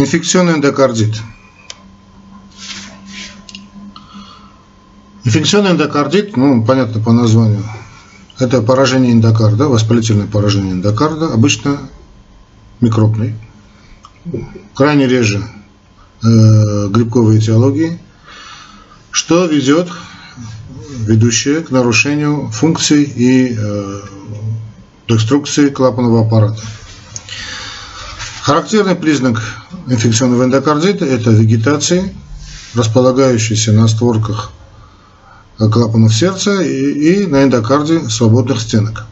Инфекционный эндокардит. Инфекционный эндокардит, понятно по названию, это поражение эндокарда, воспалительное поражение эндокарда, обычно микробный, крайне реже грибковой этиологии, что ведущее к нарушению функций и деструкции клапанного аппарата. Характерный признак инфекционного эндокардита – это вегетация, располагающаяся на створках клапанов сердца и на эндокарде свободных стенок.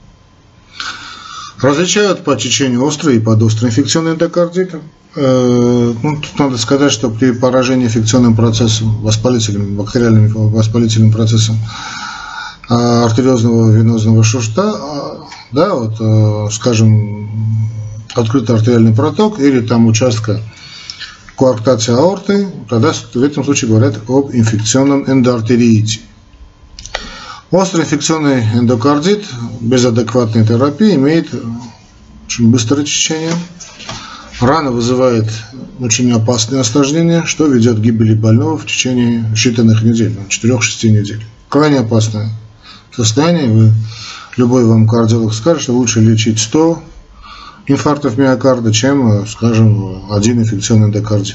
Различают по течению острый и подострый инфекционный эндокардит. Тут надо сказать, что при поражении инфекционным процессом, бактериальным воспалительным процессом артериозного венозного шурта, скажем, открытый артериальный проток или там участка коарктации аорты, тогда в этом случае говорят об инфекционном эндоартериите. Острый инфекционный эндокардит без адекватной терапии имеет очень быстрое течение, рано вызывает очень опасные осложнения, что ведет к гибели больного в течение считанных недель, 4-6 недель. Крайне опасное состояние. Любой вам кардиолог скажет, что лучше лечить 100 инфарктов миокарда, чем, скажем, один инфекционный эндокардит.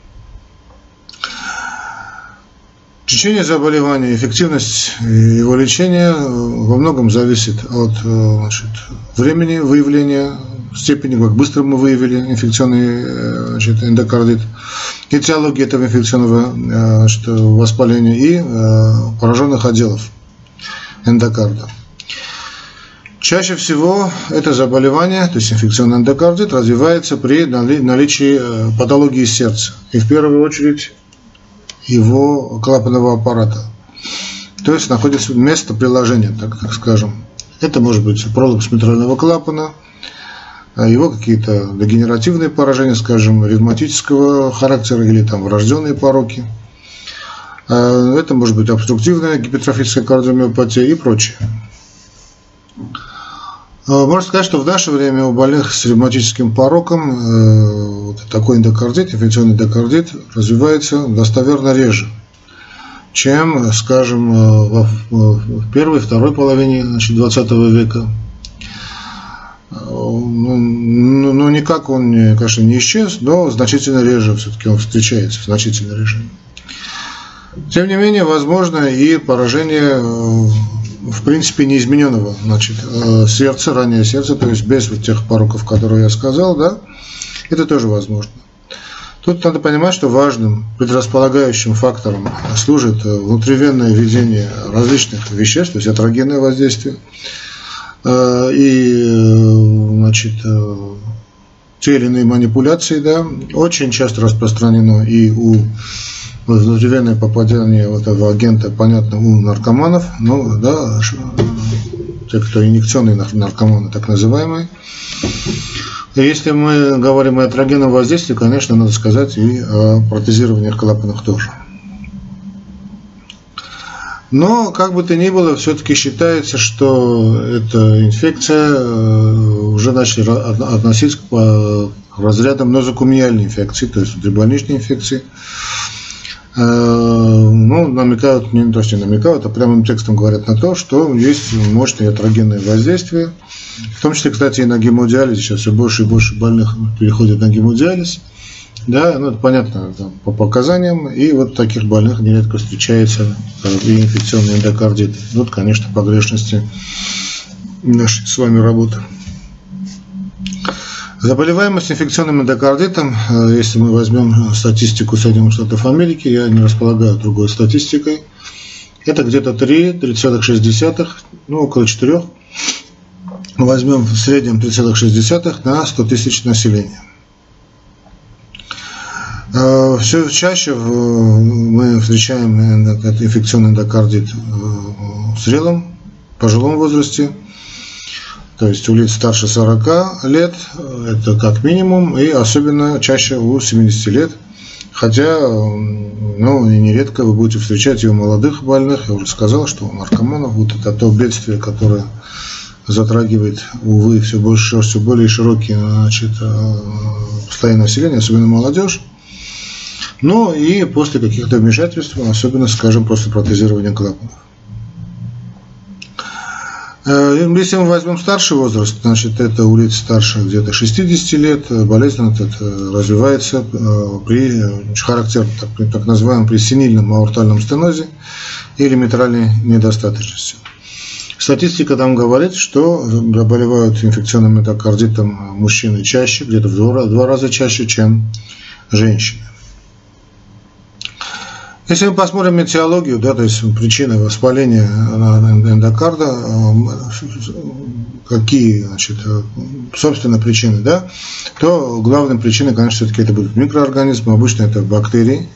Течение заболевания, эффективность его лечения во многом зависит от времени выявления, степени, как быстро мы выявили инфекционный эндокардит, этиологии этого инфекционного воспаления и пораженных отделов эндокарда. Чаще всего это заболевание, то есть инфекционный эндокардит, развивается при наличии патологии сердца. И в первую очередь его клапанного аппарата. То есть находится место приложения, так скажем. Это может быть пролапс митрального клапана, его какие-то дегенеративные поражения, скажем, ревматического характера или там врожденные пороки. Это может быть обструктивная гипертрофическая кардиомиопатия и прочее. Можно сказать, что в наше время у больных с ревматическим пороком такой эндокардит, инфекционный эндокардит, развивается достоверно реже, чем, скажем, в первой и второй половине 20 века. Никак он, конечно, не исчез, но значительно реже все-таки он встречается, значительно реже. Тем не менее, возможно и поражение в принципе неизмененного сердца, раннее сердце, то есть без тех пороков, которые я сказал, да, это тоже возможно. Тут надо понимать, что важным предрасполагающим фактором служит внутривенное введение различных веществ, то есть атерогенное воздействие, и те или иные манипуляции, да, очень часто распространено и у внутривенное попадание этого агента, понятно, у наркоманов, те, кто инъекционные наркоманы, так называемые. И если мы говорим о атерогенном воздействии, конечно, надо сказать и о протезированиях клапанах тоже. Но, как бы то ни было, все-таки считается, что эта инфекция уже начали относить к разрядам нозокумиальной инфекции, то есть внутрибольничной инфекции. Намекают, не то, что намекают, а прямым текстом говорят на то, что есть мощное атерогенное воздействие, в том числе, кстати, и на гемодиализ. Сейчас все больше и больше больных переходят на гемодиализ. Да, это понятно по показаниям, и таких больных нередко встречается и инфекционный эндокардит. Конечно, погрешности нашей с вами работы. Заболеваемость инфекционным эндокардитом, если мы возьмем статистику Соединенных Штатов Америки, я не располагаю другой статистикой, это где-то 3,6, около 4. Мы возьмем в среднем 3,6 на 100 тысяч населения. Все чаще мы встречаем инфекционный эндокардит в зрелом, пожилом возрасте. То есть у лиц старше 40 лет, это как минимум, и особенно чаще у 70 лет. Хотя, и нередко вы будете встречать и у молодых больных. Я уже сказал, что у наркоманов это то бедствие, которое затрагивает, увы, все более широкие, значит, слои населения, особенно молодежь. Ну и после каких-то вмешательств, особенно, скажем, после протезирования клапанов. Если мы возьмем старший возраст, значит, это у лиц старше где-то 60 лет, болезнь это развивается при характерном, так называемом, при сенильном аортальном стенозе или митральной недостаточности. Статистика там говорит, что заболевают инфекционным эндокардитом мужчины чаще, где-то в 2 раза чаще, чем женщины. Если мы посмотрим этиологию, да, то есть причины воспаления эндокарда, какие, значит, собственно, причины, да, то главной причиной, конечно, все-таки это будут микроорганизмы, обычно это бактерии.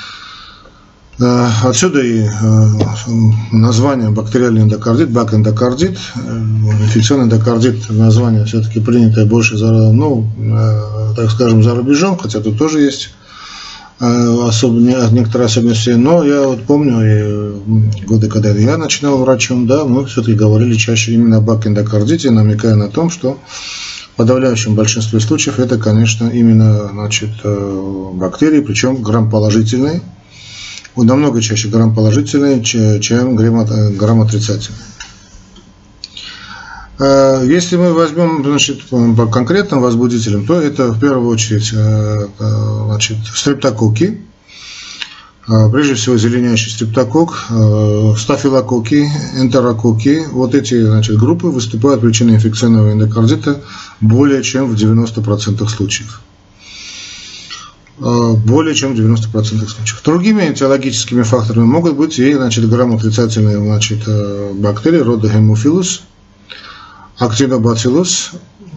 Отсюда и название бактериальный эндокардит, бакэндокардит, инфекционный эндокардит, название все-таки принятое больше, так скажем, за рубежом, хотя тут тоже есть некоторые особенности, но я вот помню годы, когда я начинал врачом, да, мы все-таки говорили чаще именно о бакэндокардите, намекая на том, что в подавляющем большинстве случаев это, конечно, именно, значит, бактерии, причем грамположительные, намного чаще грамположительные, чем грамотрицательные. Если мы возьмем, значит, по конкретным возбудителям, то это в первую очередь, значит, стрептококки, прежде всего зеленящий стрептококк, стафилококки, энтерококки. Вот эти, значит, группы выступают причиной инфекционного эндокардита более чем в 90% случаев. Более чем в 90% случаев. Другими этиологическими факторами могут быть и, значит, грамотрицательные, значит, бактерии рода Haemophilus, Actinobacillus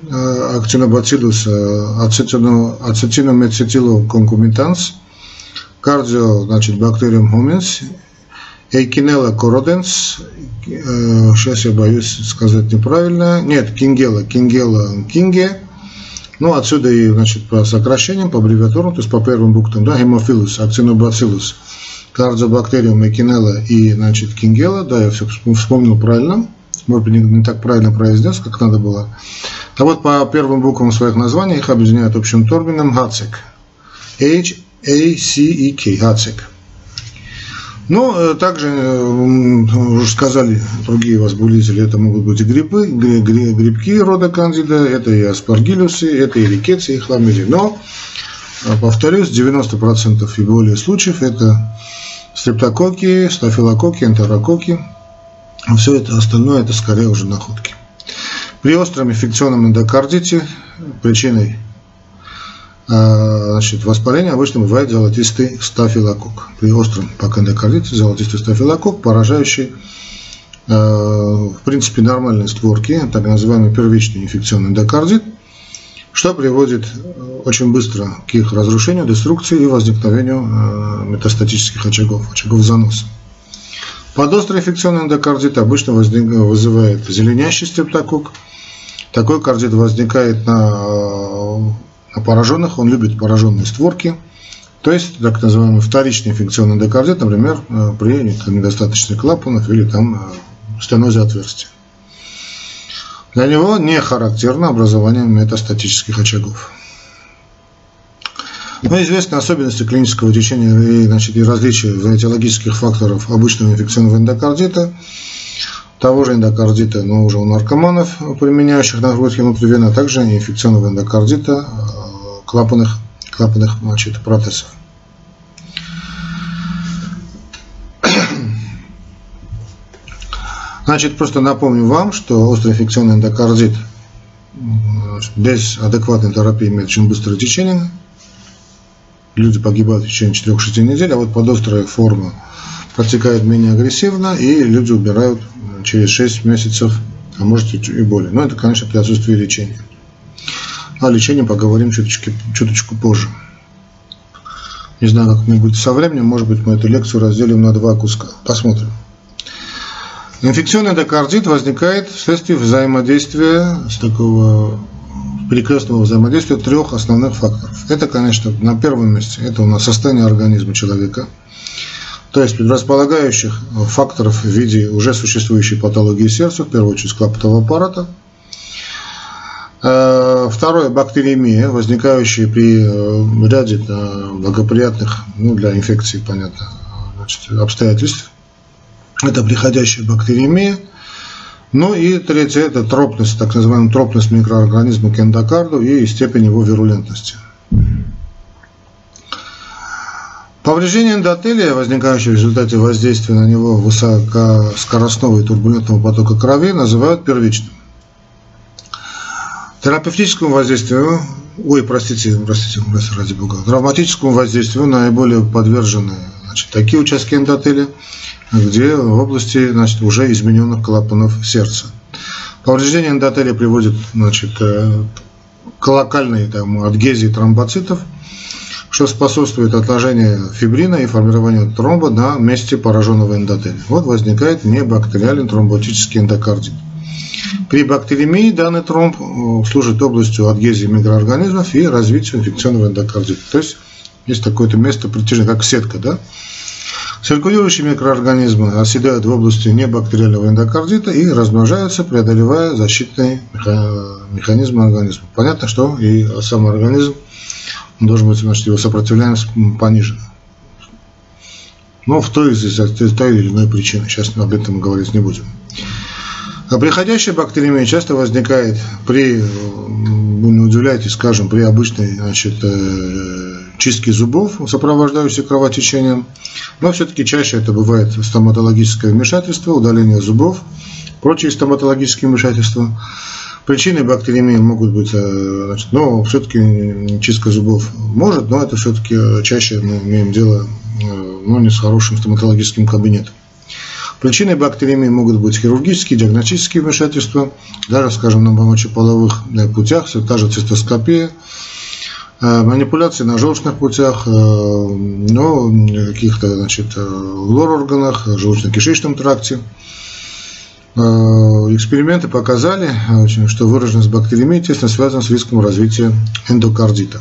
acetinomethicillocонкументанс, Cardio, значит, Bacterium humans, Eikenella corrodens, сейчас я боюсь сказать неправильно, нет, Kingella kinge, ну, отсюда и, значит, по сокращениям, по аббревиатурам, то есть по первым буквам, да, Haemophilus, Actinobacillus, Cardiobacterium, Eikenella и, значит, Kingella, да, я все вспомнил правильно. Может быть, не так правильно произнес, как надо было. А вот по первым буквам своих названий их объединяют общим термином HACEK. H-A-C-E-K. HACEK. Ну, также, уже сказали другие возбудители, это могут быть и грибки рода кандида, это и аспаргиллюсы, это и рикетси, и хламидии. Но, повторюсь, 90% и более случаев это стрептококки, стафилококки, энтерококки. А все это остальное это скорее уже находки. При остром инфекционном эндокардите причиной, значит, воспаления обычно бывает золотистый стафилококк. При остром эндокардите золотистый стафилококк, поражающий в принципе нормальные створки, так называемый первичный инфекционный эндокардит, что приводит очень быстро к их разрушению, деструкции и возникновению метастатических очагов заноса. Подострый инфекционный эндокардит обычно вызывает зеленящий стрептококк. Такой кардит возникает на пораженных, он любит пораженные створки. То есть, так называемый вторичный инфекционный эндокардит, например, при недостаточности клапанов или там стенозе отверстия. Для него не характерно образование метастатических очагов. Но известны особенности клинического течения и, значит, и различия этиологических факторов обычного инфекционного эндокардита, того же эндокардита, но уже у наркоманов, применяющих наркотики внутривенно, а также инфекционного эндокардита клапанных, значит, протезов. Значит, просто напомню вам, что острый инфекционный эндокардит без адекватной терапии имеет очень быстрое течение. Люди погибают в течение 4-6 недель, а вот подострая форма протекает менее агрессивно, и люди умирают через 6 месяцев, а может и более. Но это, конечно, при отсутствии лечения. О лечении поговорим чуточку позже. Не знаю, как мне будет со временем, может быть, мы эту лекцию разделим на 2 куска. Посмотрим. Инфекционный эндокардит возникает вследствие взаимодействия перекрестного взаимодействия 3 основных факторов. Это, конечно, на первом месте, это у нас состояние организма человека. то есть предрасполагающих факторов в виде уже существующей патологии сердца, в первую очередь клапотного аппарата. Второе – бактериемия, возникающая при ряде благоприятных, для инфекции, понятно, обстоятельств. Это приходящая бактериемия. Ну и третье – это тропность, так называемая тропность микроорганизма к эндокарду и степень его вирулентности. Повреждение эндотелия, возникающее в результате воздействия на него высокоскоростного и турбулентного потока крови, называют первичным. Терапевтическому воздействию, ради бога, травматическому воздействию наиболее подвержены такие участки эндотелия, где в области уже измененных клапанов сердца. Повреждение эндотелия приводит к локальной адгезии тромбоцитов, что способствует отложению фибрина и формированию тромба на месте пораженного эндотелия. Вот возникает небактериальный тромботический эндокардит. При бактериемии данный тромб служит областью адгезии микроорганизмов и развитию инфекционного эндокардита. То есть есть такое-то место притяжения, как сетка, да? Циркулирующие микроорганизмы оседают в области небактериального эндокардита и размножаются, преодолевая защитные механизмы организма. Понятно, что и сам организм должен быть, его сопротивляемость понижена. Но в той или иной причине. Сейчас об этом говорить не будем. А приходящая бактериемия часто возникает при, вы не удивляйтесь, скажем, при обычной чистке зубов, сопровождающейся кровотечением. Но все-таки чаще это бывает стоматологическое вмешательство, удаление зубов, прочие стоматологические вмешательства. Причиной бактериемии могут быть, все-таки чистка зубов может, но это все-таки чаще мы имеем дело не с хорошим стоматологическим кабинетом. Причиной бактериемии могут быть хирургические, диагностические вмешательства, даже, скажем, на мочеполовых путях, та же цистоскопия, манипуляции на желчных путях, каких-то, лор-органах, желудочно-кишечном тракте. Эксперименты показали, что выраженность бактериемии тесно связана с риском развития эндокардита.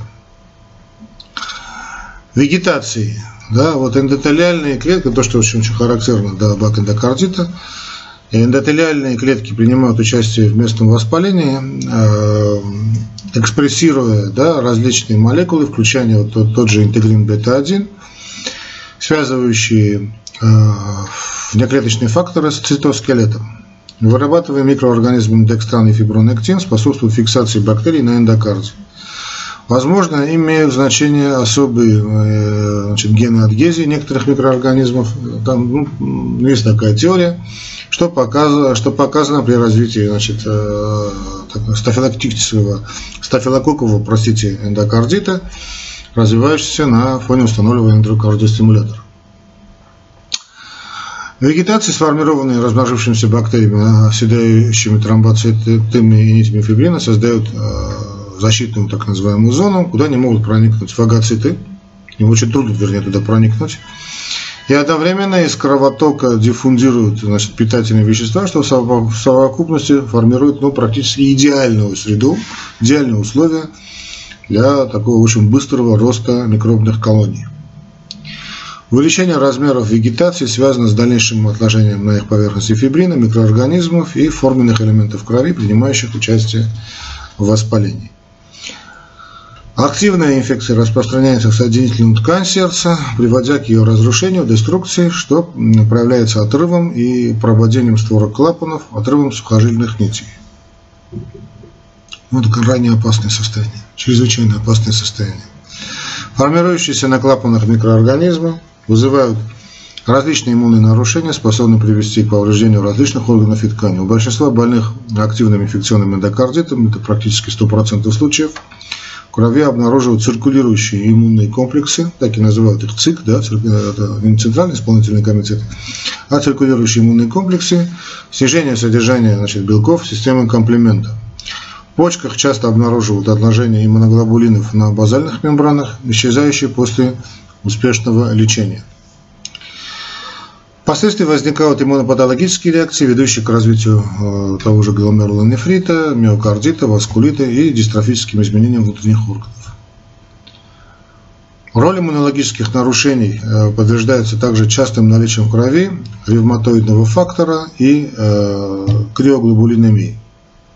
Вегетации. Да, эндотелиальные клетки, то, что очень характерно для бакэндокардита, эндотелиальные клетки принимают участие в местном воспалении, экспрессируя различные молекулы, включая тот же интегрин бета-1, связывающие внеклеточные факторы с цитоскелетом. Вырабатывая микроорганизмом декстран и фибронектин, способствуют фиксации бактерий на эндокарде. Возможно, имеют значение особые гены адгезии некоторых микроорганизмов. Там есть такая теория, что показано при развитии стафилококкового эндокардита, развивающегося на фоне установленного эндокардиостимулятора. Вегетации, сформированные размножившимися бактериями, оседающими тромбоцитами и нитями фибрина, создают защитную так называемую зону, куда не могут проникнуть фагоциты, им очень трудно, туда проникнуть, и одновременно из кровотока диффундируют питательные вещества, что в совокупности формирует практически идеальную среду, идеальные условия для такого очень быстрого роста микробных колоний. Увеличение размеров вегетации связано с дальнейшим отложением на их поверхности фибрина, микроорганизмов и форменных элементов крови, принимающих участие в воспалении. Активная инфекция распространяется в соединительную ткань сердца, приводя к ее разрушению, деструкции, что проявляется отрывом и прободением створок клапанов, отрывом сухожильных нитей. Это крайне опасное состояние, чрезвычайно опасное состояние. Формирующиеся на клапанах микроорганизмы вызывают различные иммунные нарушения, способные привести к повреждению различных органов и тканей. У большинства больных активным инфекционным эндокардитом, это практически 100% случаев, в крови обнаруживают циркулирующие иммунные комплексы, так и называют их ЦИК, это не центральный исполнительный комитет, а циркулирующие иммунные комплексы, снижение содержания белков системы комплемента. В почках часто обнаруживают отложения иммуноглобулинов на базальных мембранах, исчезающие после успешного лечения. Впоследствии возникают иммунопатологические реакции, ведущие к развитию того же гломерулонефрита, миокардита, васкулита и дистрофическим изменениям внутренних органов. Роль иммунологических нарушений подтверждается также частым наличием в крови ревматоидного фактора и криоглобулинемии.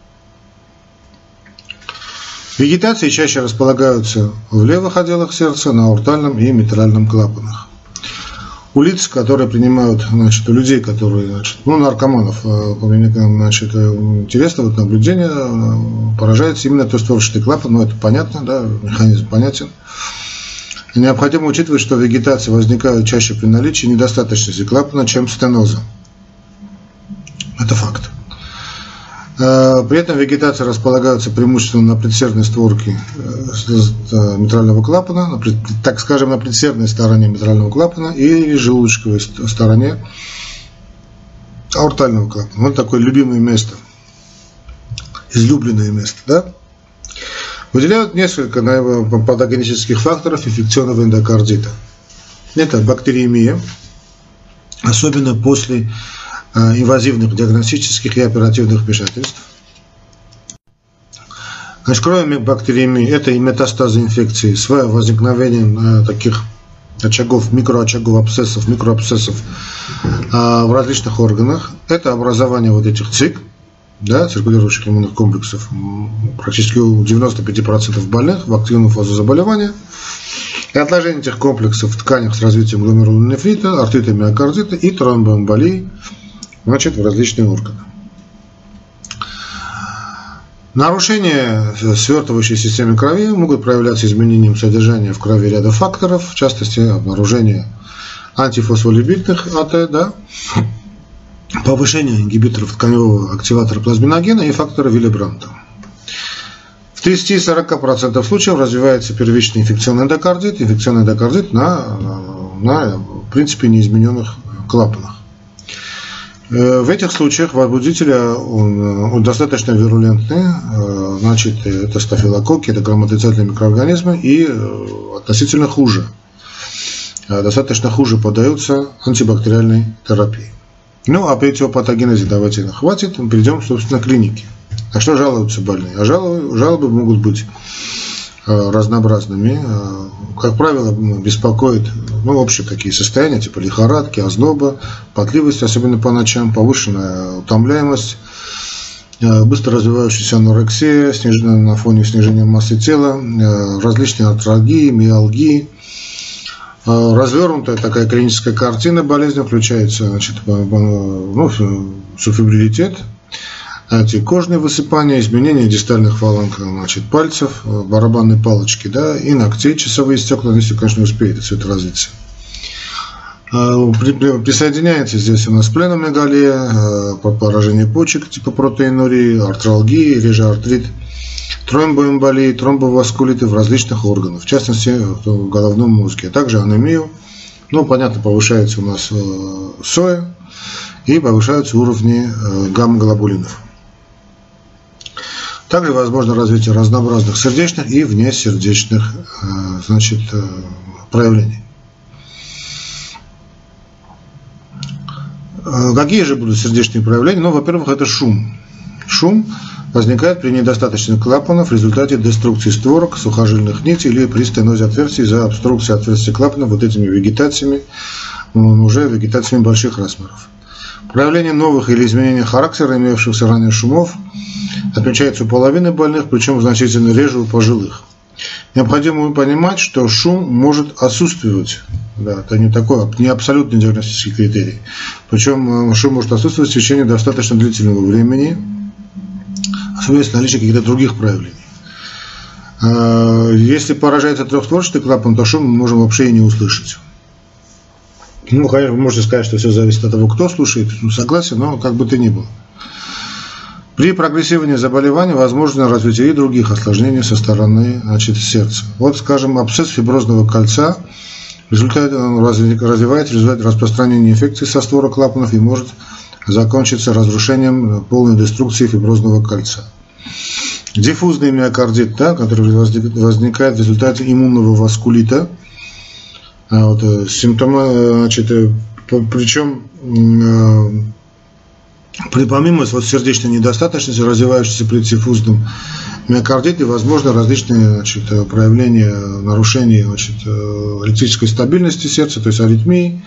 Вегетации чаще располагаются в левых отделах сердца, на аортальном и митральном клапанах. У лиц, которые принимают, значит, у людей, которые, значит, наркоманов, значит, интересно вот наблюдение, поражается именно толстостворчатый клапан, это понятно, да, механизм понятен. И необходимо учитывать, что вегетации возникают чаще при наличии недостаточности клапана, чем стеноза. Это факт. При этом вегетации располагаются преимущественно на предсердной створке митрального клапана, так скажем, на предсердной стороне митрального клапана и желудочковой стороне аортального клапана. Вот такое любимое место, излюбленное место, да? Выделяют несколько патогенических факторов инфекционного эндокардита. Это бактериемия, особенно после инвазивных диагностических и оперативных вмешательств. Значит, кроме бактериемии, это и метастазы инфекции, свое возникновение таких очагов, микроочагов, абсцессов, микроабсцессов в различных органах. Это образование вот этих ЦИК, да, циркулирующих иммунных комплексов, практически у 95% больных в активную фазу заболевания. И отложение этих комплексов в тканях с развитием гломерулонефрита, нефрита, артрита миокардита и тромбоэмболии, значит, в различные органы. Нарушения свертывающей системы крови могут проявляться изменением содержания в крови ряда факторов, в частности, обнаружение антифосфолипидных АТ, да, повышение ингибиторов тканевого активатора плазминогена и фактора Вилле-Бранта. В 30-40% случаев развивается первичный инфекционный эндокардит на в принципе неизмененных клапанах. В этих случаях возбудители он достаточно вирулентные, значит, это стафилококки, это грамотоцитные микроорганизмы и относительно хуже, достаточно хуже поддаются антибактериальной терапии. Ну, а при этиопатогенезе давайте хватит, мы перейдем, собственно, к клинике. А что жалуются больные? А жалобы могут быть разнообразными. Как правило, беспокоит общие такие состояния, типа лихорадки, озноба, потливость, особенно по ночам, повышенная утомляемость, быстро развивающаяся анорексия на фоне снижения массы тела, различные артралгии, миалгии. Развернутая такая клиническая картина болезни включается, значит, субфибрилитет, кожные высыпания, изменения дистальных фаланг, значит, пальцев, барабанной палочки, да, и ногтей, часовые стекла, если, конечно, успеет это все это развиться. Присоединяется здесь у нас пленомегалия, поражение почек типа протеинурии, артралгии, реже артрит, тромбоэмболии, тромбоваскулиты в различных органах, в частности в головном мозге, а также анемию. Понятно, повышается у нас соя и повышаются уровни гамма-глобулинов. Также возможно развитие разнообразных сердечных и внесердечных, значит, проявлений. Какие же будут сердечные проявления? Во-первых, это шум. Шум возникает при недостаточности клапанов в результате деструкции створок, сухожильных нитей или при стенозе отверстий из-за обструкции отверстий клапанов вот этими вегетациями, уже вегетациями больших размеров. Проявление новых или изменения характера имевшихся ранее шумов отмечается у половины больных, причем значительно реже у пожилых. Необходимо понимать, что шум может отсутствовать. Да, это не абсолютный диагностический критерий. Причем шум может отсутствовать в течение достаточно длительного времени, особенно если наличие каких-то других проявлений. Если поражается трехстворчатый клапан, то шум мы можем вообще и не услышать. Конечно, вы можете сказать, что все зависит от того, кто слушает, согласен, но как бы то ни было. При прогрессировании заболевания возможно развитие и других осложнений со стороны, значит, сердца. Вот, скажем, абсцесс фиброзного кольца развивается в результате распространения инфекции со створок клапанов и может закончиться разрушением полной деструкции фиброзного кольца. Диффузный миокардит, да, который возникает в результате иммунного васкулита. Симптомы, значит, причем помимо сердечной недостаточности, развивающейся при диффузном миокардите возможны различные проявления нарушений электрической стабильности сердца, то есть аритмии,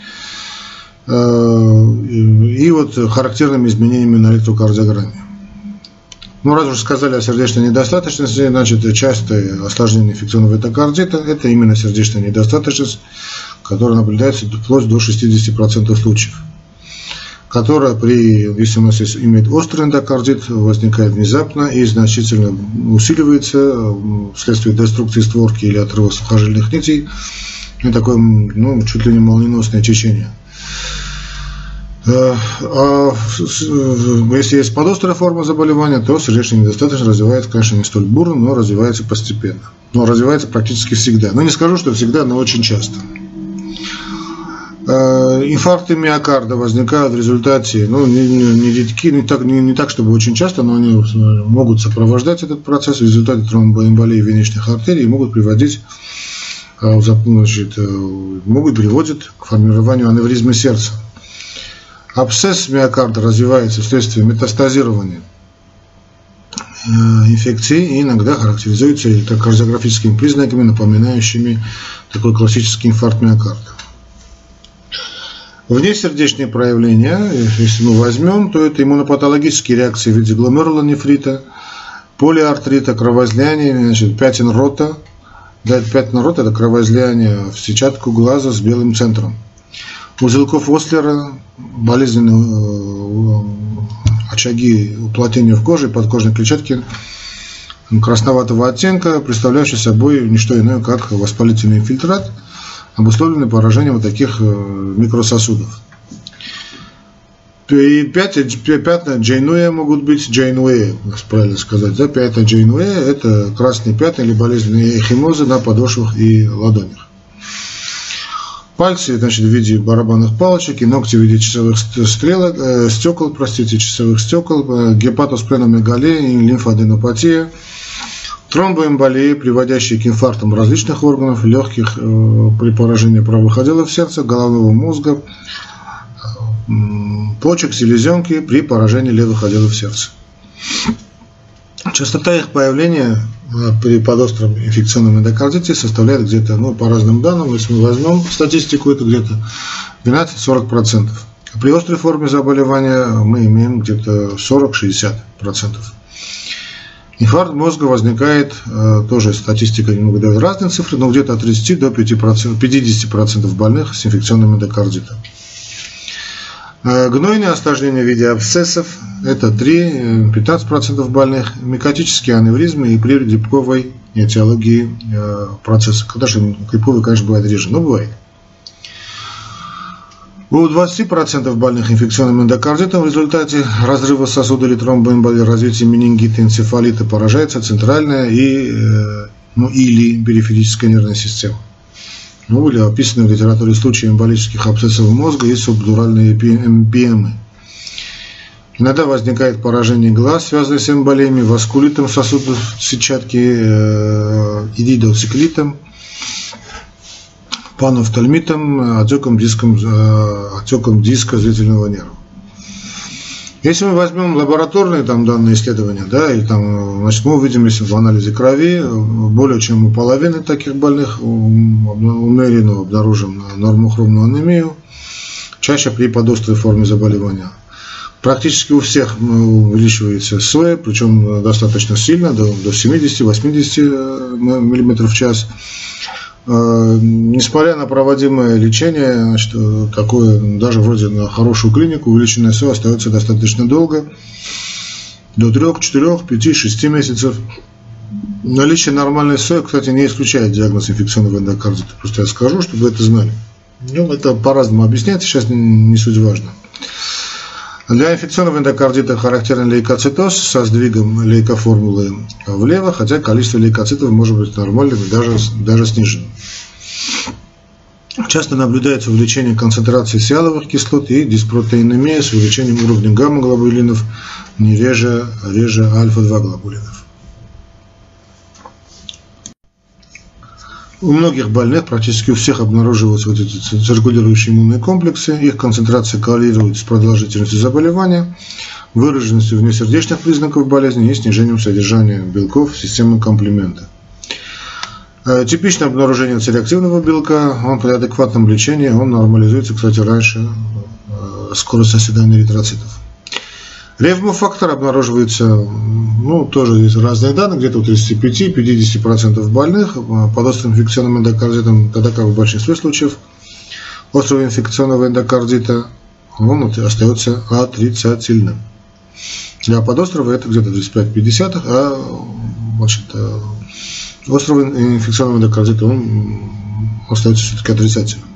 и вот характерными изменениями на электрокардиограмме. Ну, раз уже сказали о сердечной недостаточности, значит, частое осложнение инфекционного эндокардита – это именно сердечная недостаточность, которая наблюдается вплоть до 60% случаев, которая, если у нас имеет острый эндокардит, возникает внезапно и значительно усиливается вследствие деструкции створки или отрыва сухожильных нитей, и такое, чуть ли не молниеносное течение. А если есть подострая форма заболевания, то сердечная недостаточность развивается, конечно, не столь бурно, но развивается постепенно. Но развивается практически всегда. Но не скажу, что всегда, но очень часто. Инфаркты миокарда возникают в результате, не так, чтобы очень часто, но они могут сопровождать этот процесс в результате тромбоэмболии венечных артерий и могут приводить к формированию аневризмы сердца. Абсцесс миокарда развивается вследствие метастазирования инфекции и иногда характеризуется электрокардиографическими признаками, напоминающими такой классический инфаркт миокарда. Внесердечные проявления, если мы возьмем, то это иммунопатологические реакции в виде гломерулонефрита, полиартрита, кровоизлияния, пятен рота. Пятна рота – это кровоизлияние в сетчатку глаза с белым центром. Узелков Ослера, болезненные очаги уплотнения в коже и подкожной клетчатке красноватого оттенка, представляющие собой не что иное, как воспалительный инфильтрат, обусловленный поражением таких микрососудов. И пятна Джейнуэ могут быть, Джейнуэ, правильно сказать, да, пятна Джейнуэ – это красные пятна или болезненные эхимозы на подошвах и ладонях. Пальцы, в виде барабанных палочек, и ногти в виде часовых часовых стекол, гепатоспленомегалия и лимфоаденопатия, тромбоэмболии, приводящие к инфарктам различных органов, легких при поражении правых отделов сердца, головного мозга, почек, селезенки при поражении левых отделов сердца. Частота их появления при подостром инфекционном эндокардите составляет где-то, по разным данным, если мы возьмем статистику, это где-то 12-40%. А при острой форме заболевания мы имеем где-то 40-60%. Инфаркт мозга возникает, тоже статистика немного дает разные цифры, но где-то от 30 до 50% больных с инфекционным эндокардитом. Гнойные осложнения в виде абсцессов – это 3-15% больных, микотические аневризмы и при грибковой этиологии процесса. Конечно, грибковый, конечно, бывает реже, но бывает. У 20% больных инфекционным эндокардитом в результате разрыва сосуда или тромбоэмболии, развития менингита, энцефалита поражается центральная или периферическая нервная система. Были описаны в литературе случаи эмболических абсцессов мозга и субдуральные эмпиемы. Иногда возникает поражение глаз, связанное с эмболиями, васкулитом сосудов сетчатки, идидоциклитом, панофтальмитом, отеком диска зрительного нерва. Если мы возьмем лабораторные данные исследования, мы увидим, если в анализе крови более чем у половины таких больных умеренно обнаружим нормохромную анемию, чаще при подострой форме заболевания. Практически у всех увеличивается СОЭ, причем достаточно сильно, до 70-80 мм в час. Несмотря на проводимое лечение, такое даже вроде на хорошую клинику, увеличенное СОЭ остается достаточно долго, до 3, 4, 5, 6 месяцев. Наличие нормальной СОЭ, кстати, не исключает диагноз инфекционного эндокардита, просто я скажу, чтобы вы это знали. Это по-разному объясняется, сейчас не суть важно. Для инфекционного эндокардита характерен лейкоцитоз со сдвигом лейкоформулы влево, хотя количество лейкоцитов может быть нормальным и даже сниженным. Часто наблюдается увеличение концентрации сиаловых кислот и диспротеинемия с увеличением уровня гамма-глобулинов, не реже альфа-2 глобулинов. У многих больных, практически у всех, обнаруживаются вот эти циркулирующие иммунные комплексы. Их концентрация коррелирует с продолжительностью заболевания, выраженностью внесердечных признаков болезни и снижением содержания белков системы комплимента. Типичное обнаружение цирреактивного белка, он при адекватном лечении, он нормализуется, кстати, раньше скорость оседания эритроцитов. Ревмофактор обнаруживается, тоже из разных данных, где-то у 35-50% больных под острым инфекционным эндокардитом, тогда как в большинстве случаев острого инфекционного эндокардита он остается отрицательным. Для подострого это где-то 35-50, а острого инфекционного эндокардита он остается все-таки отрицательным.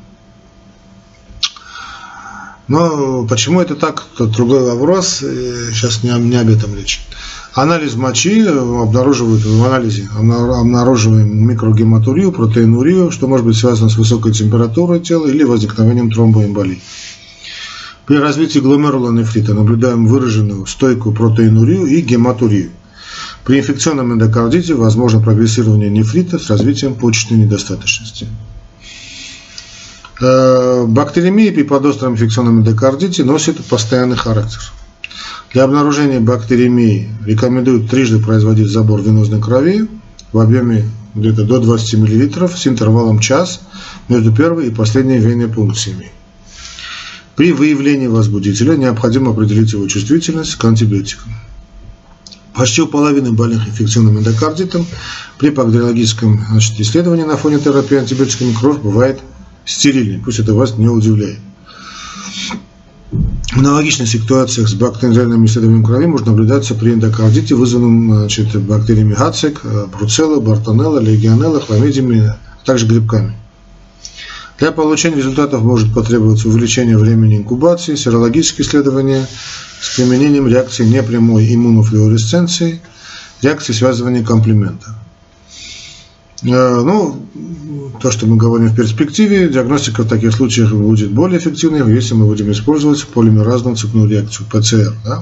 Но почему это так, это другой вопрос, сейчас не об этом речь. Анализ мочи в анализе обнаруживаем микрогематурию, протеинурию, что может быть связано с высокой температурой тела или возникновением тромбоэмболии. При развитии гломерулонефрита наблюдаем выраженную стойкую протеинурию и гематурию. При инфекционном эндокардите возможно прогрессирование нефрита с развитием почечной недостаточности. Бактериемия при подостром инфекционном эндокардите носит постоянный характер. Для обнаружения бактериемии рекомендуют трижды производить забор венозной крови в объеме где-то до 20 мл с интервалом час между первой и последней венной пункциями. При выявлении возбудителя необходимо определить его чувствительность к антибиотикам. Почти у половины больных инфекционным эндокардитом при бактериологическом исследовании на фоне терапии антибиотиками кровь бывает стерильной, пусть это вас не удивляет. В аналогичных ситуациях с бактериальным исследованием крови можно наблюдаться при эндокардите, вызванном бактериями Гацек, Бруцелла, Бартонелла, Легионелла, хламидиями, а также грибками. Для получения результатов может потребоваться увеличение времени инкубации, серологические исследования с применением реакции непрямой иммунофлуоресценции, реакции связывания комплимента. То, что мы говорим в перспективе, диагностика в таких случаях будет более эффективной, если мы будем использовать полимеразную цепную реакцию, ПЦР. Да?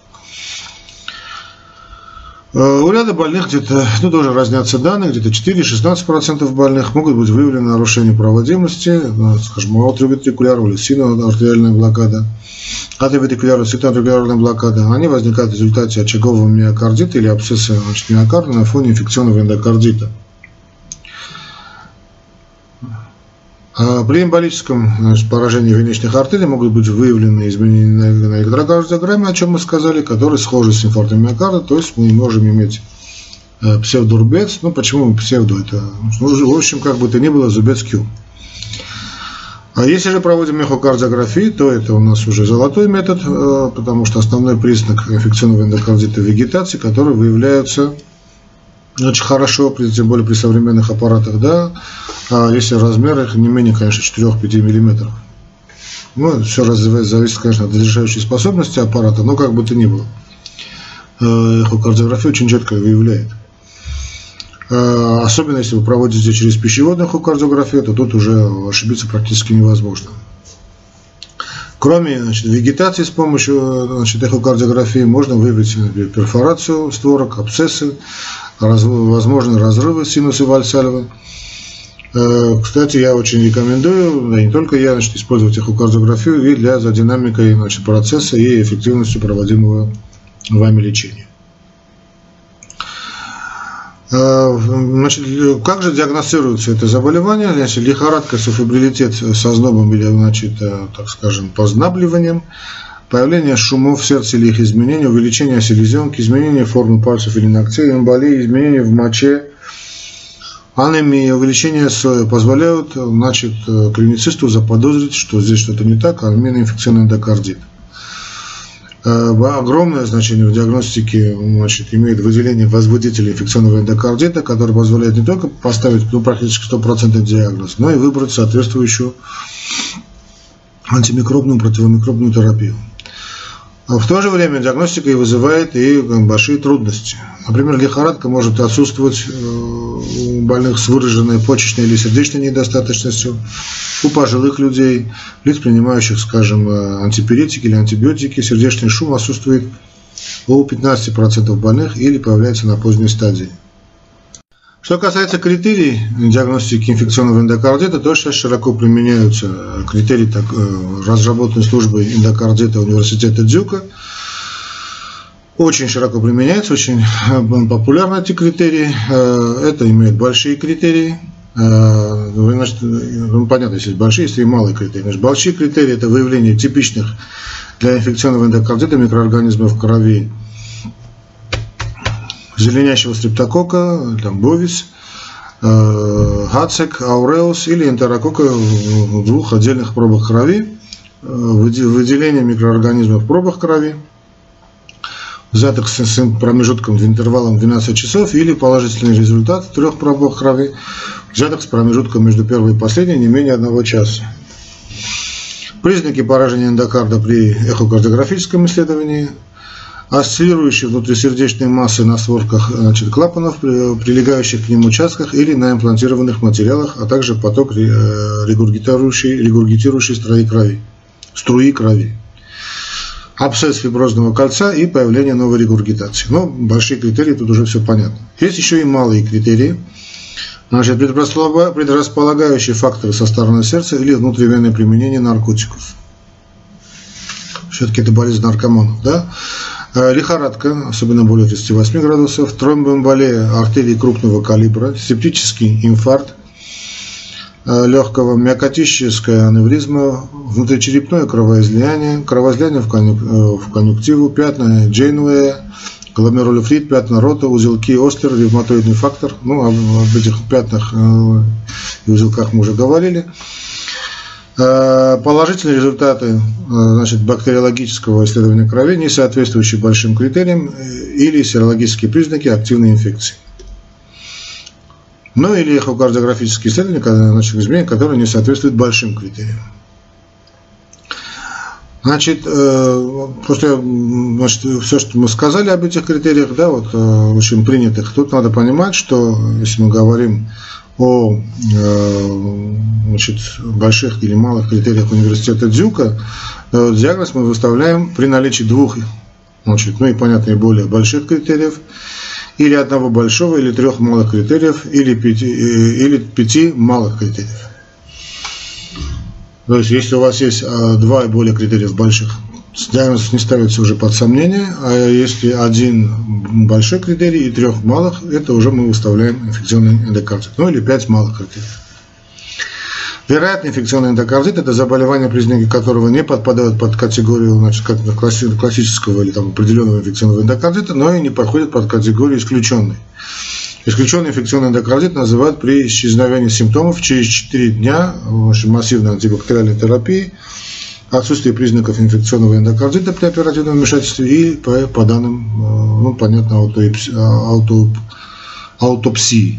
У ряда больных где-то, тоже разнятся данные, где-то 4-16% больных могут быть выявлены нарушения проводимости, скажем, атриовентрикулярная или синоартериальная блокада, атриовентрикулярная синоартериальная блокада. Они возникают в результате очагового миокардита или абсцесса миокарда на фоне инфекционного эндокардита. При эмболическом поражении венечных артерий могут быть выявлены изменения на электрокардиограмме, о чем мы сказали, которые схожи с инфарктом миокарда, то есть мы можем иметь псевдорубец. Почему псевдо? Это, в общем, как бы то ни было, зубец Q. А если же проводим эхокардиографию, то это у нас уже золотой метод, потому что основной признак инфекционного эндокардита – вегетации, которые выявляются очень хорошо, тем более при современных аппаратах, да, если размер их не менее, конечно, 4-5 мм. Все зависит, конечно, от разрешающей способности аппарата, но как бы то ни было. Эхокардиография очень четко выявляет. Особенно, если вы проводите через пищеводную эхокардиографию, то тут уже ошибиться практически невозможно. Кроме вегетации с помощью эхокардиографии можно выявить перфорацию створок, абсцессы, возможные разрывы синуса Вальсалева. Кстати, я очень рекомендую, да не только я, использовать эхокардиографию и для динамикой процесса и эффективностью проводимого вами лечения. Как же диагностируется это заболевание? Лихорадка, субфебрилитет со знобом или, так скажем, познабливанием, появление шумов в сердце или их изменения, увеличение селезенки, изменение формы пальцев или ногтей, эмболии, изменения в моче, анемия, увеличение соя позволяют клиницисту заподозрить, что здесь что-то не так, а именно инфекционный эндокардит. Огромное значение в диагностике имеет выделение возбудителя инфекционного эндокардита, который позволяет не только поставить практически 100% диагноз, но и выбрать соответствующую антимикробную, противомикробную терапию. В то же время диагностика и вызывает и большие трудности. Например, лихорадка может отсутствовать у больных с выраженной почечной или сердечной недостаточностью, у пожилых людей, лиц, принимающих, скажем, антипиретики или антибиотики, сердечный шум отсутствует у 15% больных или появляется на поздней стадии. Что касается критерий диагностики инфекционного эндокардита, то сейчас широко применяются критерии, разработанные службой эндокардита университета Дюка. Очень широко применяются, очень популярны эти критерии. Это имеют большие критерии. Значит, понятно, если большие, если и малые критерии. Значит, большие критерии – это выявление типичных для инфекционного эндокардита микроорганизмов в крови, зеленящего стрептокока, бовис, гацек, ауреус или энтерокока в двух отдельных пробах крови, выделение микроорганизмов в пробах крови, взятых с промежутком интервалом 12 часов, или положительный результат в 3 пробах крови, взятых с промежутком между первой и последней не менее 1 часа. Признаки поражения эндокарда при эхокардиографическом исследовании: осциллирующие внутрисердечные массы на створках клапанов, прилегающих к ним участках или на имплантированных материалах, а также поток регургитирующей струи крови, абсцесс фиброзного кольца и появление новой регургитации. Но большие критерии, тут уже все понятно. Есть еще и малые критерии. Значит, предрасполагающие факторы со стороны сердца или внутривенное применение наркотиков. Все-таки это болезнь наркоманов, да? Лихорадка, особенно более 38 градусов, тромбоэмболия артерий крупного калибра, септический инфаркт легкого, миокардическая аневризма, внутричерепное кровоизлияние в конъюнктиву, пятна Джейнуэя, гломерулофрит, пятна Рота, узелки Остер, ревматоидный фактор. Об этих пятнах и узелках мы уже говорили. Положительные результаты, значит, бактериологического исследования крови, не соответствующие большим критериям, или серологические признаки активной инфекции. Или эхокардиографические исследования, значит, изменения, которые не соответствуют большим критериям. Значит, после, все, что мы сказали об этих критериях, да, очень принятых, тут надо понимать, что если мы говорим о больших или малых критериях университета Дюка, диагноз мы выставляем при наличии 2, и понятно, и более больших критериев, или 1 большого, или 3 малых критериев, или 5 малых критериев. То есть, если у вас есть 2 и более критериев больших, диагноз не ставится уже под сомнение, а если 1 большой критерий и 3 малых, это уже мы выставляем инфекционный эндокардит, или 5 малых критериев. Вероятный инфекционный эндокардит – это заболевание, признаки которого не подпадают под категорию, значит, классического или определенного инфекционного эндокардита, но и не подходят под категорию исключенной. Исключенный инфекционный эндокардит называют при исчезновении симптомов через 4 дня массивной антибактериальной терапии, отсутствие признаков инфекционного эндокардита при оперативном вмешательстве и по данным, понятно, аутопсии.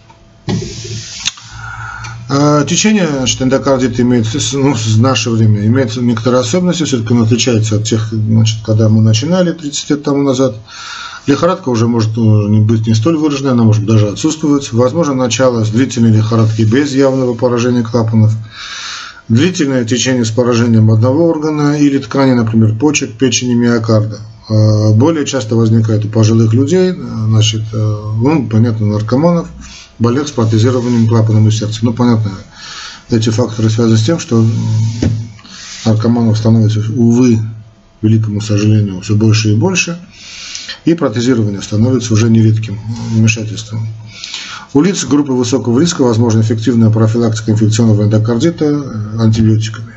Течение, значит, эндокардита имеет, в наше время имеет некоторые особенности, все-таки он отличается от тех, значит, когда мы начинали 30 лет тому назад. Лихорадка уже может быть не столь выраженной, она может даже отсутствовать. Возможно начало с длительной лихорадки без явного поражения клапанов. Длительное течение с поражением одного органа или ткани, например, почек, печени, миокарда. Более часто возникает у пожилых людей, значит, понятно, наркоманов, больных с протезированием клапаном и сердцем. Понятно, эти факторы связаны с тем, что наркоманов становится, увы, к великому сожалению, все больше и больше, и протезирование становится уже нередким вмешательством. У лиц группы высокого риска возможна эффективная профилактика инфекционного эндокардита антибиотиками.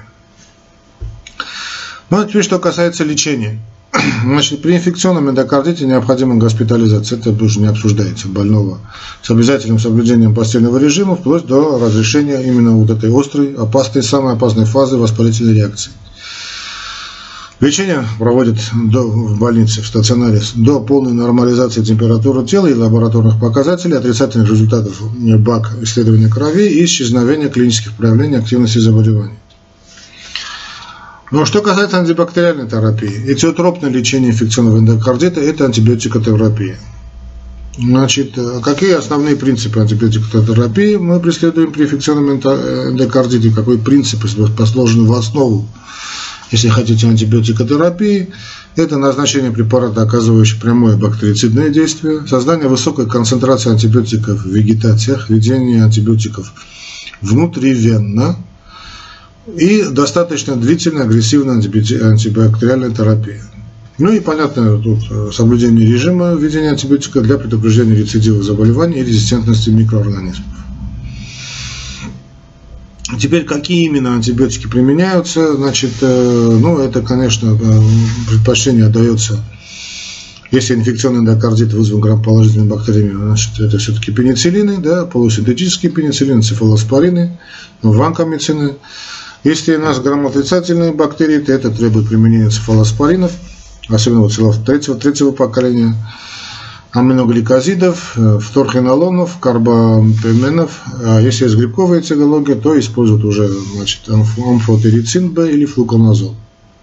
Теперь, что касается лечения. Значит, при инфекционном эндокардите необходима госпитализация, это уже не обсуждается, больного с обязательным соблюдением постельного режима, вплоть до разрешения именно этой острой, опасной, самой опасной фазы воспалительной реакции. Лечение проводят в больнице, в стационаре, до полной нормализации температуры тела и лабораторных показателей, отрицательных результатов БАК исследования крови и исчезновения клинических проявлений активности заболевания. Но что касается антибактериальной терапии, этиотропное лечение инфекционного эндокардита – это антибиотикотерапия. Значит, какие основные принципы антибиотикотерапии мы преследуем при инфекционном эндокардите, какой принцип посложен в основу если хотите, антибиотикотерапии, это назначение препарата, оказывающего прямое бактерицидное действие, создание высокой концентрации антибиотиков в вегетациях, введение антибиотиков внутривенно и достаточно длительная агрессивная антибактериальная терапия. Ну и, понятно, тут соблюдение режима введения антибиотика для предупреждения рецидивов заболеваний и резистентности микроорганизмов. Теперь, какие именно антибиотики применяются? Значит, ну, это, конечно, предпочтение отдается, если инфекционный эндокардит вызван грамположительными бактериями, значит, это все-таки пенициллины, да, полусинтетические пенициллины, цефалоспорины, ванкомицины. Если у нас грамотрицательные бактерии, то это требует применения цефалоспоринов, особенно третьего поколения, аминогликозидов, фторхинолонов, карбампименов. А если есть грибковая этиология, то используют уже, значит, амфотерицин Б или флуконазол.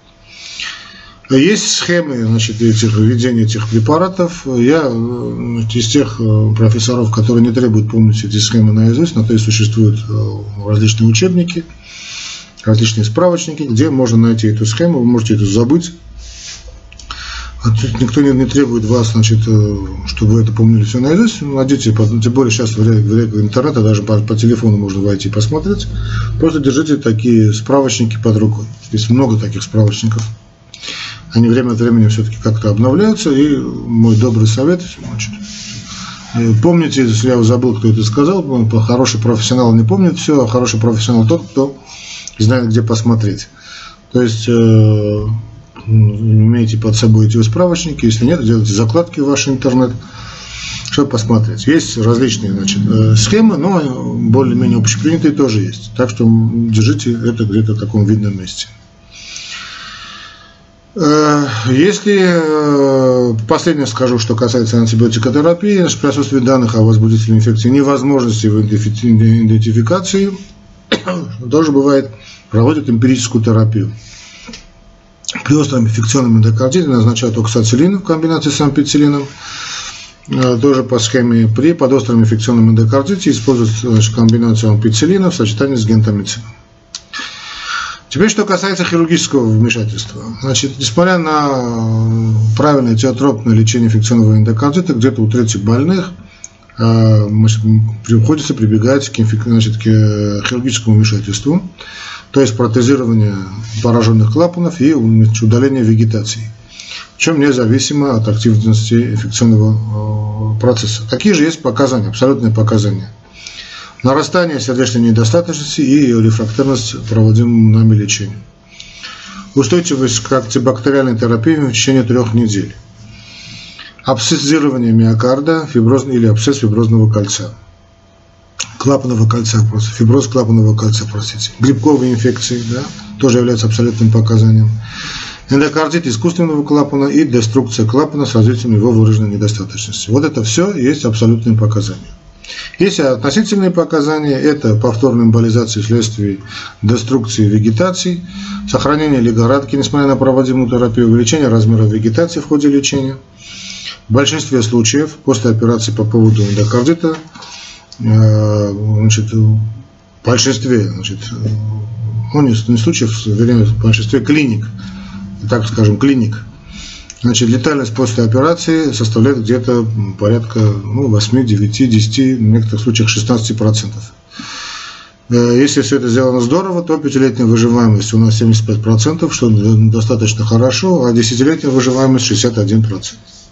Есть схемы, значит, введения этих препаратов. Я из тех профессоров, которые не требуют помнить эти схемы наизусть, на то и существуют различные учебники, различные справочники, где можно найти эту схему, вы можете это забыть. Никто не требует вас, значит, чтобы вы это помнили все наизусть. Найдите, тем более сейчас в веке интернета даже по телефону можно войти и посмотреть. Просто держите такие справочники под рукой. Есть много таких справочников. Они время от времени все-таки как-то обновляются. И мой добрый совет, значит, помните, если я забыл, кто это сказал, хороший профессионал не помнит все, а хороший профессионал тот, кто знает, где посмотреть. То есть имейте под собой эти справочники, если нет, делайте закладки в ваш интернет, чтобы посмотреть. Есть различные, значит, схемы, но более-менее общепринятые тоже есть. Так что держите это где-то в таком видном месте. Если последнее скажу, что касается антибиотикотерапии, при отсутствии данных о возбудителе инфекции, невозможности в идентификации, тоже бывает, проводят эмпирическую терапию. При остром инфекционном эндокардите назначают оксациллин в комбинации с ампициллином. Тоже по схеме при подостром инфекционном эндокардите используют, значит, комбинацию ампициллина в сочетании с гентамицином. Теперь, что касается хирургического вмешательства. Значит, несмотря на правильное теотропное лечение инфекционного эндокардита, где-то у трети больных приходится прибегать к хирургическому вмешательству, то есть протезирование пораженных клапанов и удаление вегетации, причем независимо от активности инфекционного процесса. Такие же есть показания, абсолютные показания. Нарастание сердечной недостаточности и ее рефрактерность проводимому нами лечению. Устойчивость к антибактериальной терапии в течение 3 недель. Абсцессирование миокарда или абсцесс фиброзного кольца. Фиброз клапанного кольца, грибковые инфекции, да, тоже являются абсолютным показанием. Эндокардит искусственного клапана и деструкция клапана с развитием его выраженной недостаточности. Вот это все есть абсолютные показания. Есть относительные показания, это повторная эмболизация вследствие деструкции вегетации, сохранение лигорадки, несмотря на проводимую терапию, увеличение размера вегетации в ходе лечения. В большинстве случаев после операции по поводу эндокардита, значит, в большинстве, значит, не случаев, вернее, в большинстве клиник, так скажем, значит, летальность после операции составляет где-то порядка 8, 9, 10, в некоторых случаях 16%. Если все это сделано здорово, то 5-летняя выживаемость у нас 75%, что достаточно хорошо, а 10-летняя выживаемость 61%.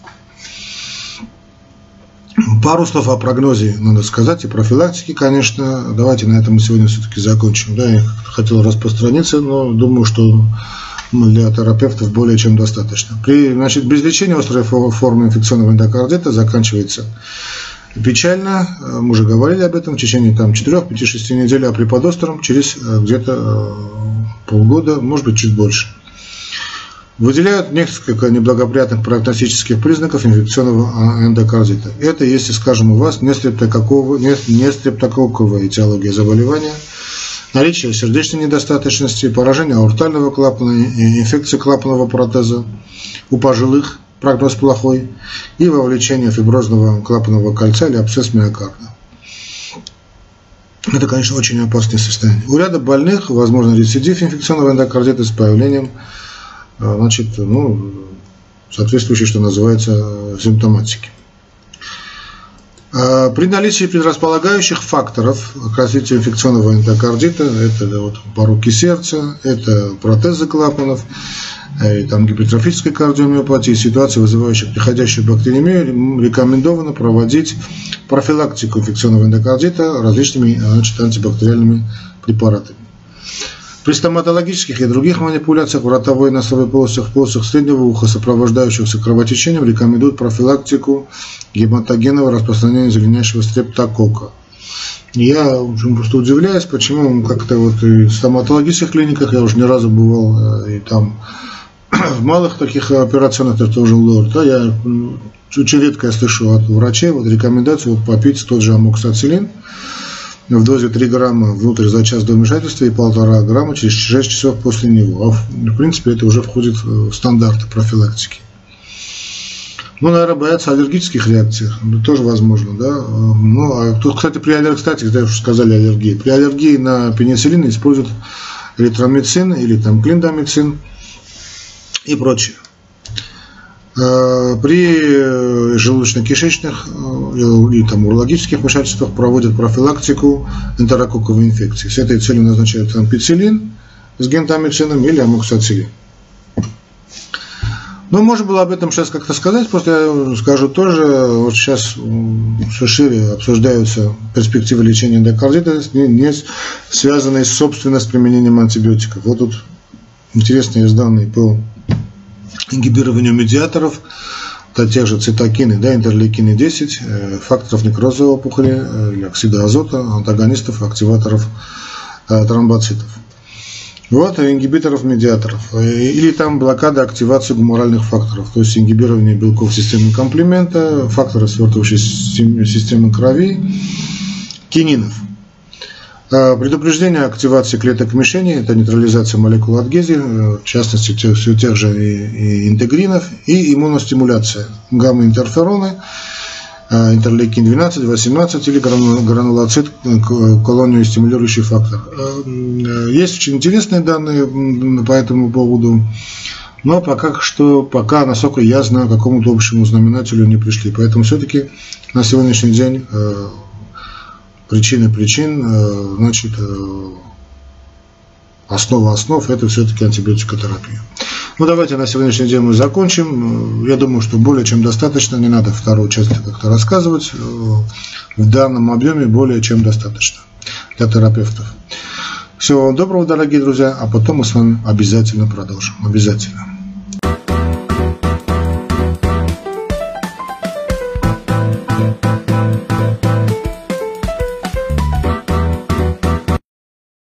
Пару слов о прогнозе надо сказать и профилактике, конечно. Давайте на этом мы сегодня все-таки закончим. Да, я хотел распространиться, но думаю, что для терапевтов более чем достаточно. Значит, без лечения острой формы инфекционного эндокардита заканчивается печально. Мы уже говорили об этом в течение 4, 5, 6 недель, а при подостром через где-то полгода, может быть, чуть больше. Выделяют несколько неблагоприятных прогностических признаков инфекционного эндокардита. Это, если, скажем, у вас не стрептококковая этиология заболевания, наличие сердечной недостаточности, поражение аортального клапана, инфекция клапанного протеза, у пожилых прогноз плохой и вовлечение фиброзного клапанного кольца или абсцесс миокарда. Это, конечно, очень опасное состояние. У ряда больных возможно рецидив инфекционного эндокардита с появлением, значит, соответствующей, что называется, симптоматики. При наличии предрасполагающих факторов к развитию инфекционного эндокардита, это пороки сердца, это протезы клапанов, там гипертрофической кардиомиопатии, ситуации, вызывающих приходящую бактериемию, рекомендовано проводить профилактику инфекционного эндокардита различными антибактериальными препаратами. При стоматологических и других манипуляциях в ротовой и носовой полостях, в полостях среднего уха, сопровождающихся кровотечением, рекомендуют профилактику гематогенного распространения зеленящего стрептококка. Я просто удивляюсь, почему как-то и в стоматологических клиниках, я уже ни разу бывал, и там в малых таких операционных, это уже лор, да, я очень редко слышу от врачей рекомендацию попить тот же амоксициллин в дозе 3 грамма внутрь за час до вмешательства и 1,5 грамма через 6 часов после него. В принципе, это уже входит в стандарты профилактики. Наверное, боятся аллергических реакций. Тоже возможно, да. Тут, кстати, уже сказали аллергии. При аллергии на пенициллин используют эритромицин или там клиндамицин и прочее. При желудочно-кишечных и там урологических вмешательствах проводят профилактику энтерококковой инфекции. С этой целью назначают ампициллин с гентамицином или амоксициллин. Можно было об этом сейчас как-то сказать, просто я скажу тоже, сейчас все шире обсуждаются перспективы лечения эндокардита, не связанные, собственно, с применением антибиотиков. Вот тут интересные есть данные по ингибированию медиаторов, тех же цитокины, интерлейкины 10, факторов некроза опухоли, оксида азота, антагонистов, активаторов тромбоцитов. Ингибиторов медиаторов. Или там блокада активации гуморальных факторов, то есть ингибирование белков системы комплимента, факторов свертывающей системы крови, кининов. Предупреждение активации клеток мишени, это нейтрализация молекул адгезии, в частности все тех же и интегринов, и иммуностимуляция, гамма-интерфероны, интерлейкин 12, 18 или гранулоцит, колонию стимулирующий фактор. Есть очень интересные данные по этому поводу, но пока, насколько я знаю, к какому-то общему знаменателю не пришли. Поэтому все-таки на сегодняшний день причина причин, основа основ, это все-таки антибиотикотерапия. Давайте на сегодняшний день мы закончим. Я думаю, что более чем достаточно, не надо вторую часть как-то рассказывать. В данном объеме более чем достаточно для терапевтов. Всего вам доброго, дорогие друзья, а потом мы с вами обязательно продолжим. Обязательно.